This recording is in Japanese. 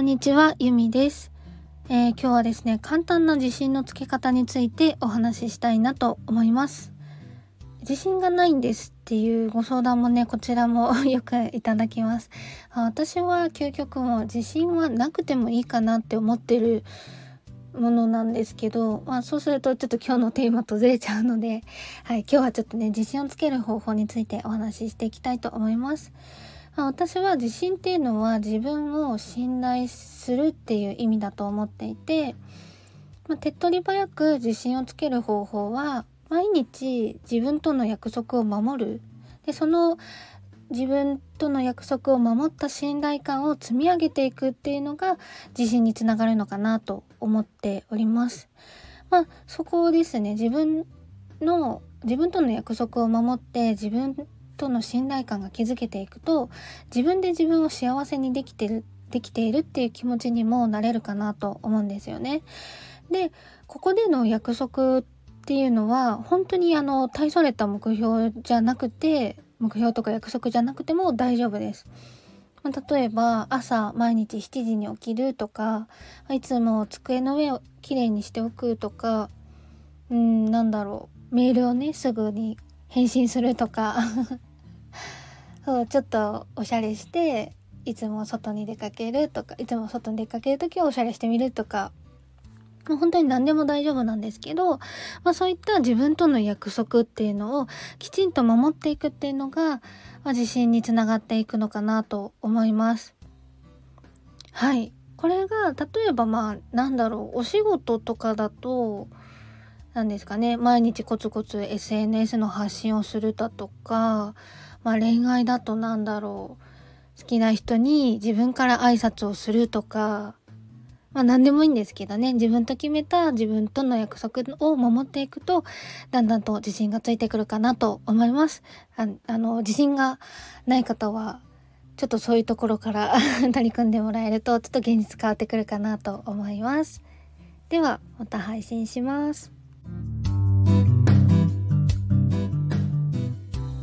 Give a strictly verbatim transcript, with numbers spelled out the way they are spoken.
んにちは、ゆみです、えー、今日はですね、簡単な自信のつけ方についてお話ししたいなと思います。自信がないんですっていうご相談もね、こちらもよくいただきます。あ私は究極も自信はなくてもいいかなって思ってるものなんですけど、まあそうするとちょっと今日のテーマとずれちゃうので、はい、今日はちょっとね、自信をつける方法についてお話ししていきたいと思います。まあ、私は自信っていうのは自分を信頼するっていう意味だと思っていて、まあ、手っ取り早く自信をつける方法は毎日自分との約束を守る。で、その自分との約束を守った信頼感を積み上げていくっていうのが自信につながるのかなと思っております。まあそこですね、自分の自分との約束を守って自分との信頼感が築けていくと、自分で自分を幸せにできてるできているっていう気持ちにもなれるかなと思うんですよね。で、ここでの約束っていうのは本当にあの大それた目標じゃなくて、目標とか約束じゃなくても大丈夫です。まあ、例えば朝毎日しちじに起きるとか、いつも机の上をきれいにしておくとか、うーんなんだろうメールをねすぐに返信するとかそうちょっとおしゃれしていつも外に出かけるとか、いつも外に出かけるときはおしゃれしてみるとか、もう本当に何でも大丈夫なんですけど、まあそういった自分との約束っていうのをきちんと守っていくっていうのが、まあ、自信につながっていくのかなと思います。はい。これが例えばまあなんだろう、お仕事とかだとなんですかね、毎日コツコツ エスエヌエス の発信をするだとか、まあ恋愛だとなんだろう、好きな人に自分から挨拶をするとか、まあ何でもいいんですけどね、自分と決めた自分との約束を守っていくと、だんだんと自信がついてくるかなと思います。あ、あの、自信がない方は、ちょっとそういうところから取り組んでもらえると、ちょっと現実変わってくるかなと思います。では、また配信します。